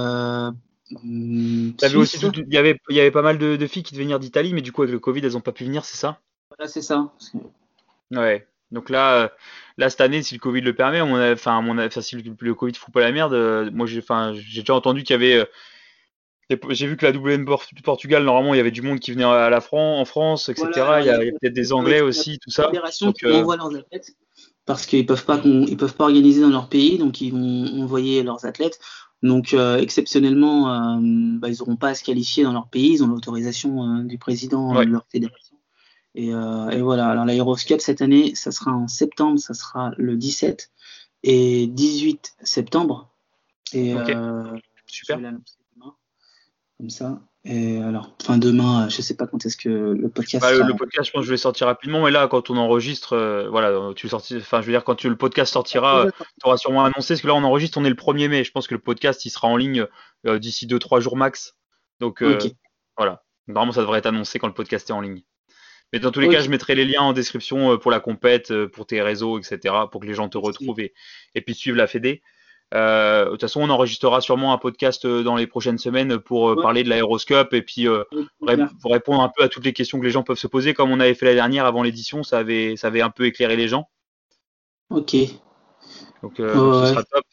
Aussi il y avait pas mal de filles qui devaient venir d'Italie, mais du coup, avec le Covid, elles n'ont pas pu venir, c'est ça? Voilà, c'est ça. Ouais. Donc là, cette année, si le Covid le permet, si le Covid fout pas la merde, moi j'ai déjà entendu qu'il y avait. J'ai vu que la WM Portugal, normalement, il y avait du monde qui venait en France, etc. Voilà, il y a peut-être des Anglais aussi, tout ça. Fédération qui envoie leurs athlètes parce qu'ils peuvent pas organiser dans leur pays, donc ils vont envoyer leurs athlètes. Donc exceptionnellement, ils n'auront pas à se qualifier dans leur pays, ils ont l'autorisation du président de leur fédération. Et voilà. Alors l'Aeroscup cette année, ça sera en septembre, ça sera le 17 et 18 septembre. Et super. Je vais l'annoncer demain, comme ça. Et alors, demain, je sais pas quand est-ce que le podcast sera. Le podcast, je pense que je vais sortir rapidement, mais là, quand on enregistre, voilà, je veux dire, quand le podcast sortira, tu auras sûrement annoncé, parce que là, on enregistre, on est le 1er mai. Je pense que le podcast, il sera en ligne d'ici 2-3 jours max. Donc, voilà. Normalement, ça devrait être annoncé quand le podcast est en ligne. Mais dans tous les cas, je mettrai les liens en description pour la compète, pour tes réseaux, etc., pour que les gens te retrouvent et puissent suivre la Fédé. De toute façon, on enregistrera sûrement un podcast dans les prochaines semaines pour parler de l'Aeroscup et puis pour répondre un peu à toutes les questions que les gens peuvent se poser, comme on avait fait la dernière avant l'édition, ça avait un peu éclairé les gens. Ok. Donc ce sera top.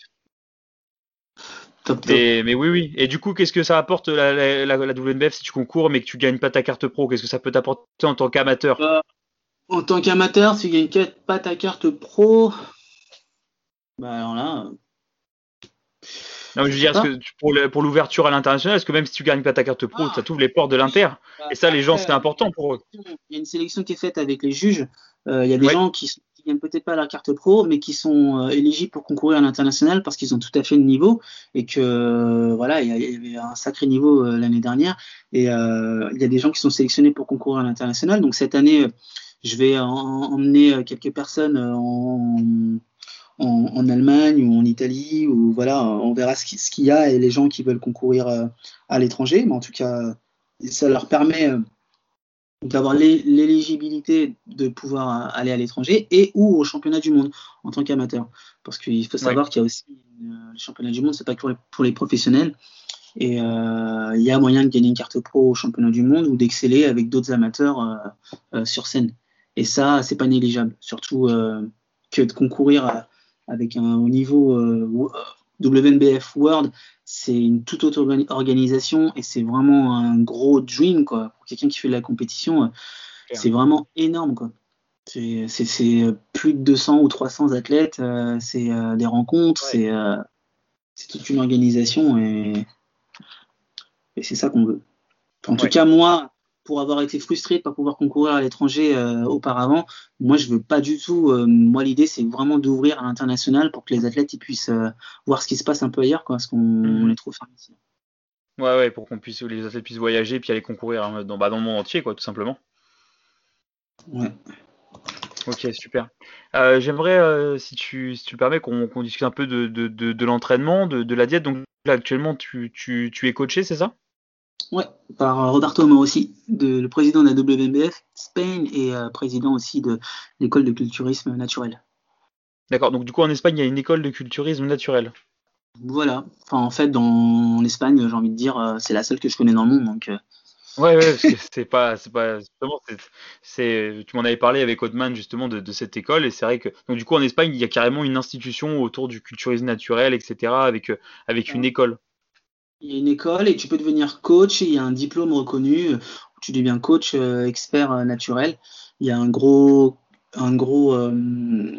Mais oui. Et du coup, qu'est-ce que ça apporte la WNBF si tu concours mais que tu gagnes pas ta carte pro? Qu'est-ce que ça peut t'apporter en tant qu'amateur? En tant qu'amateur, si tu gagnes pas ta carte pro, alors là. Non, mais je veux dire, que pour l'ouverture à l'international, est-ce que même si tu gagnes pas ta carte pro, ça t'ouvre les portes de l'Inter? Et ça, les gens, c'était important pour eux. Il y a une sélection qui est faite avec les juges. Il y a des gens qui gagnent peut-être pas la carte pro, mais qui sont éligibles pour concourir à l'international parce qu'ils ont tout à fait le niveau et que voilà, il y avait un sacré niveau l'année dernière. Et il y a des gens qui sont sélectionnés pour concourir à l'international. Donc cette année, je vais emmener quelques personnes en Allemagne ou en Italie, ou voilà, on verra ce qu'il y a, et les gens qui veulent concourir à l'étranger. Mais en tout cas, ça leur permet d'avoir l'éligibilité de pouvoir aller à l'étranger et ou au championnat du monde en tant qu'amateur. Parce qu'il faut savoir qu'il y a aussi le championnat du monde, c'est pas que pour les professionnels. Et il y a moyen de gagner une carte pro au championnat du monde ou d'exceller avec d'autres amateurs sur scène. Et ça, c'est pas négligeable. Surtout que de concourir avec un haut niveau WNBF World, c'est une toute autre organisation et c'est vraiment un gros dream, quoi. Pour quelqu'un qui fait de la compétition, c'est vraiment énorme, quoi. C'est plus de 200 ou 300 athlètes, c'est des rencontres, c'est toute une organisation et c'est ça qu'on veut. En tout cas, moi, pour avoir été frustré de ne pas pouvoir concourir à l'étranger auparavant, moi, je veux pas du tout. Moi, l'idée, c'est vraiment d'ouvrir à l'international pour que les athlètes ils puissent voir ce qui se passe un peu ailleurs, quoi, parce qu'on est trop fermé ici. Ouais, pour les athlètes puissent voyager et puis aller concourir dans le monde entier, quoi, tout simplement. Ouais. Ok, super. J'aimerais, si tu le permets, qu'on discute un peu de l'entraînement, de la diète. Donc là, actuellement, tu es coaché, c'est ça? Ouais, par Roberto Morossi, le président de la WMBF Spain et président aussi de l'école de culturisme naturel. D'accord. Donc du coup, en Espagne, il y a une école de culturisme naturel. Voilà. Enfin, en fait, en Espagne, j'ai envie de dire, c'est la seule que je connais dans le monde. Donc, Ouais, ouais, parce que c'est pas, justement, tu m'en avais parlé avec Othman justement de cette école, et c'est vrai que, donc du coup, en Espagne, il y a carrément une institution autour du culturisme naturel, etc., avec une école. il y a une école et tu peux devenir coach. Et il y a un diplôme reconnu où tu deviens coach expert naturel. Il y a un gros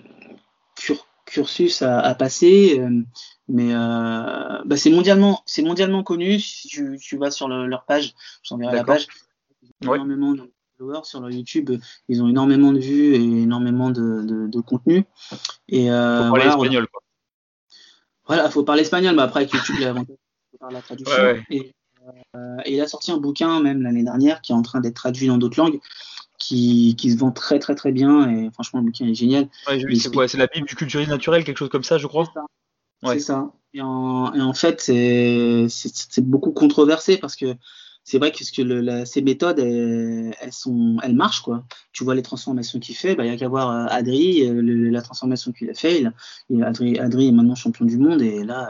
cursus à passer, mais bah, c'est mondialement connu. Si tu vas sur leur page, je t'enverrai la D'accord? page. Ils ont Ouais. énormément de followers sur leur YouTube. Ils ont énormément de vues et énormément de contenu. Et Faut parler voilà, espagnol, quoi. voilà, faut parler espagnol, mais après avec YouTube, il y a l'avantage de faire la Ouais, traduction. ouais. Et il a sorti un bouquin même l'année dernière qui est en train d'être traduit dans d'autres langues, qui se vend très très très bien. Et franchement, le bouquin est génial. Ouais, j'ai vu, Il c'est explique. quoi? C'est la Bible du culturisme naturel, quelque chose comme ça, je C'est crois? ça. C'est Ouais. ça. Et en fait, c'est beaucoup controversé parce que c'est vrai que, ces méthodes, elles marchent, quoi. Tu vois les transformations qu'il fait, bah, il n'y a qu'à voir Adri, la transformation qu'il a fait. Adri est maintenant champion du monde et là,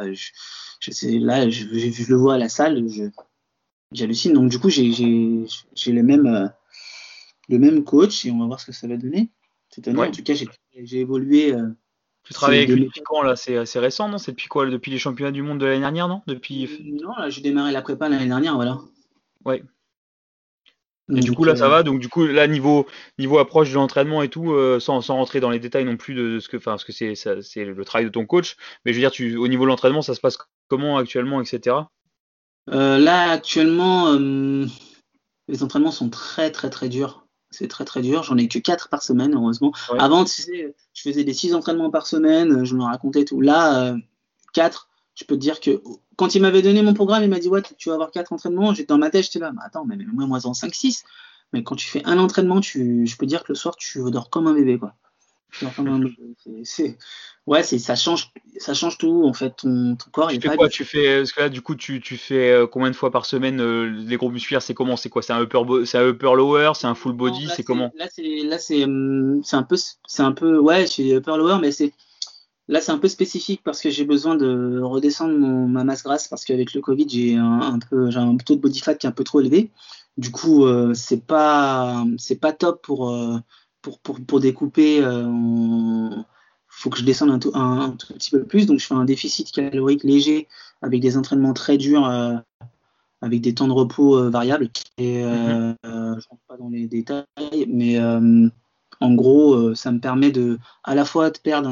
je le vois à la salle, j'hallucine. Donc, du coup, j'ai le même coach et on va voir ce que ça va donner cette année. En Ouais. tout cas, j'ai évolué Tu travailles ces avec deux lui depuis méthodes. quand, là? C'est récent, non? C'est depuis quoi? Depuis les championnats du monde de l'année dernière, non? Non, là, j'ai démarré la prépa l'année dernière, voilà. Ouais. Et du coup, Donc, là, ça va. Donc, du coup, là, niveau approche de l'entraînement et tout, sans rentrer dans les détails non plus de ce que, enfin, parce que c'est le travail de ton coach. Mais je veux dire, au niveau de l'entraînement, ça se passe comment actuellement, etc. là, actuellement, les entraînements sont très, très, très durs. C'est très, très dur. J'en ai que 4 par semaine, heureusement. Ouais. Avant, tu sais, je faisais des 6 entraînements par semaine, je me racontais tout. Là, 4, je peux te dire que quand il m'avait donné mon programme, il m'a dit, ouais, tu vas avoir 4 entraînements. J'étais dans ma tête, j'étais là, mais attends, mais moi en 5 6. Mais quand tu fais un entraînement, je peux dire que le soir, tu dors comme un bébé, quoi. Tu dors comme un bébé. Ouais, ça change tout, en fait, ton corps, il Tu n'est fais pas quoi? habitué. Tu fais, parce que là, du coup, tu fais combien de fois par semaine les groupes musculaires? C'est comment? C'est quoi? C'est un upper lower? C'est un full Non, body? là C'est c'est comment? là c'est là c'est un peu ouais, je suis upper lower, mais c'est un peu spécifique parce que j'ai besoin de redescendre ma masse grasse parce qu'avec le Covid j'ai un taux de body fat qui est un peu trop élevé. Du coup, c'est pas top pour découper. Faut que je descende un tout petit peu plus, donc je fais un déficit calorique léger avec des entraînements très durs, avec des temps de repos variables. Et Mhm. je rentre pas dans les détails, mais en gros, ça me permet à la fois de perdre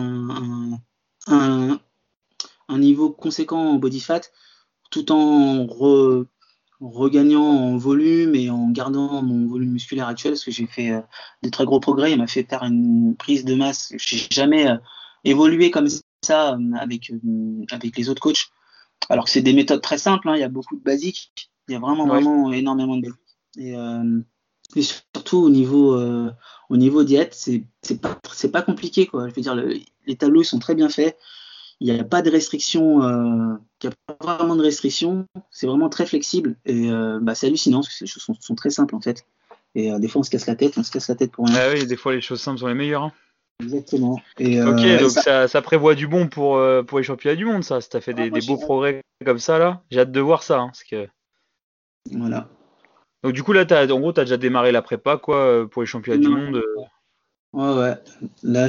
un, un niveau conséquent en body fat, tout en regagnant en volume et en gardant mon volume musculaire actuel, parce que j'ai fait de très gros progrès. Il m'a fait faire une prise de masse. J'ai jamais évolué comme ça avec les autres coachs. Alors que c'est des méthodes très simples, hein, il y a beaucoup de basiques, il y a vraiment, Ouais. vraiment énormément de basiques. Et surtout au niveau diète, c'est pas compliqué, quoi. Je veux dire, les tableaux ils sont très bien faits, il n'y a pas de restrictions, il n'y a pas vraiment de restrictions, c'est vraiment très flexible et bah, c'est hallucinant parce que les choses sont très simples en fait. Et des fois on se casse la tête pour rien. Ah oui, des fois, les choses simples sont les meilleures, hein. Exactement. Et, Ok, et donc ça, ça prévoit du bon pour les championnats du monde, ça. Si t'as fait ah, moi, des beaux progrès comme ça, là, j'ai hâte de voir ça, hein, parce que... voilà. Donc du coup, là, en gros, t'as déjà démarré la prépa, quoi, pour les championnats du monde. Ouais, ouais. Là,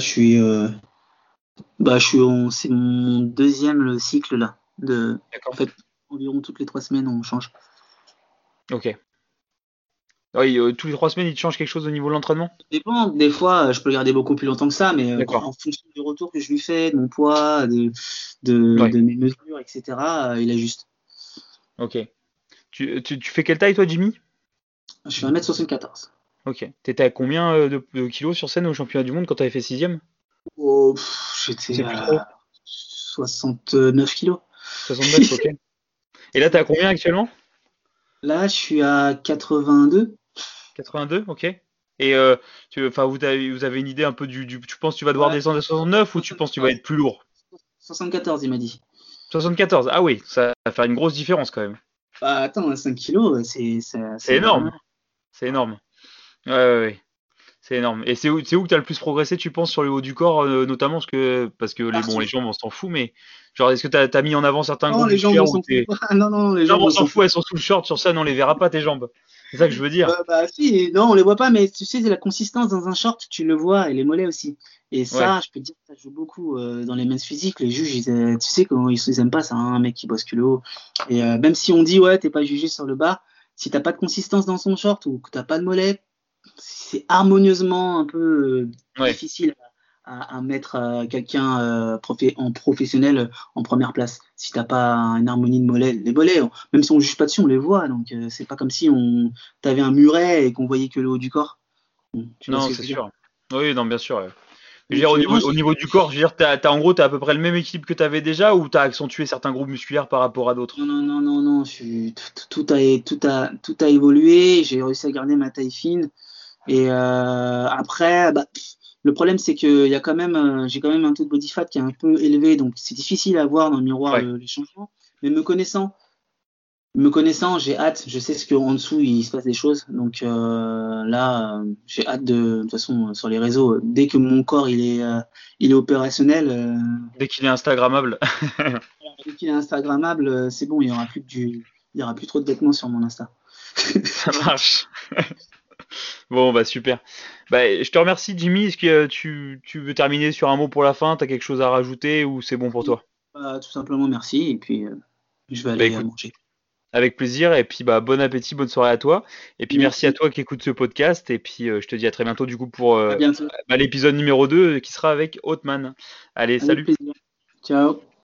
c'est mon deuxième le cycle là. En D'accord. fait, environ toutes les 3 semaines, on change. Ok. Oui, tous les 3 semaines, il te change quelque chose au niveau de l'entraînement? Ça dépend. Des fois, je peux le garder beaucoup plus longtemps que ça, mais D'accord. en fonction du retour que je lui fais, de mon poids, de, Ouais. de mes mesures, etc., il ajuste. Ok. Tu fais quelle taille, toi, Jimmy? Je suis 1m74. Ok. T'étais à combien de kilos sur scène au championnat du monde quand t'avais fait sixième? Oh, Je j'étais sais plus trop. à 69 kilos. 69, ok. Et là, t'es à combien actuellement? Là, je suis à 82. 82, ok. Et vous avez une idée un peu tu penses que tu vas devoir Ouais, descendre à 69 ou tu penses que tu vas 74. être plus lourd? 74, il m'a dit. 74. Ah oui, ça va faire une grosse différence quand même. Bah, attends, 5 kilos, C'est c'est pas mal. énorme. C'est énorme. Ouais, ouais, ouais. C'est énorme. Et c'est où que tu as le plus progressé, tu penses, sur le haut du corps, notamment parce que les Partout. jambes, on s'en fout, mais genre, est-ce que t'as mis en avant certains Non, groupes les jambes, musculaires on où s'en fout t'es. pas. Non, non, les Non, jambes, mais on on s'en s'en fout, fout. elles sont sous le short, sur ça, on les verra pas, tes jambes. C'est ça que je veux dire. Bah, si, non, on les voit pas, mais tu sais, la consistance dans un short, tu le vois, et les mollets aussi. Et Ouais, ça, je peux te dire que ça joue beaucoup dans les men's physiques. Les juges, tu sais, comment ils aiment pas ça, hein, un mec qui bosse que le haut. Et même si on dit, ouais, t'es pas jugé sur le bas, si t'as pas de consistance dans son short ou que t'as pas de mollet, c'est harmonieusement un peu ouais. difficile à mettre quelqu'un en professionnel en première place. Si t'as pas une harmonie de mollets, les mollets, même si on juge pas dessus, on les voit. Donc c'est pas comme si on t'avais un muret et qu'on voyait que le haut du corps. Tu vois ce Non, que je c'est veux dire? sûr. Oui, non, bien sûr. Ouais. Je veux dire, Donc non, au niveau du corps, je veux dire, en gros, t'as à peu près le même équilibre que t'avais déjà ou t'as accentué certains groupes musculaires par rapport à d'autres? non, non, non, non, non, tout a évolué. J'ai réussi à garder ma taille fine. Et après, bah, le problème c'est que y a quand même, j'ai quand même un taux de body fat qui est un peu élevé, donc c'est difficile à voir dans le miroir Ouais. les changements. Mais me connaissant, j'ai hâte. Je sais ce qu'en dessous il se passe des choses. Donc là, j'ai hâte de toute façon sur les réseaux. Dès que mon corps il est opérationnel, Dès qu'il est Instagrammable. dès qu'il est Instagrammable, c'est bon. Il y aura plus trop de vêtements sur mon Insta. Ça marche. Bon, bah super. Bah, je te remercie, Jimmy. Est-ce que tu veux terminer sur un mot pour la fin? T'as quelque chose à rajouter ou c'est bon pour toi? Tout simplement merci. Et puis je vais Bah aller écoute, manger. avec plaisir. Et puis bah bon appétit, bonne soirée à toi. Et puis merci à Merci. toi qui écoute ce podcast. Et puis je te dis à très bientôt du coup pour À bientôt. l'épisode numéro 2 qui sera avec Hotman. Allez, Avec salut. plaisir. Ciao.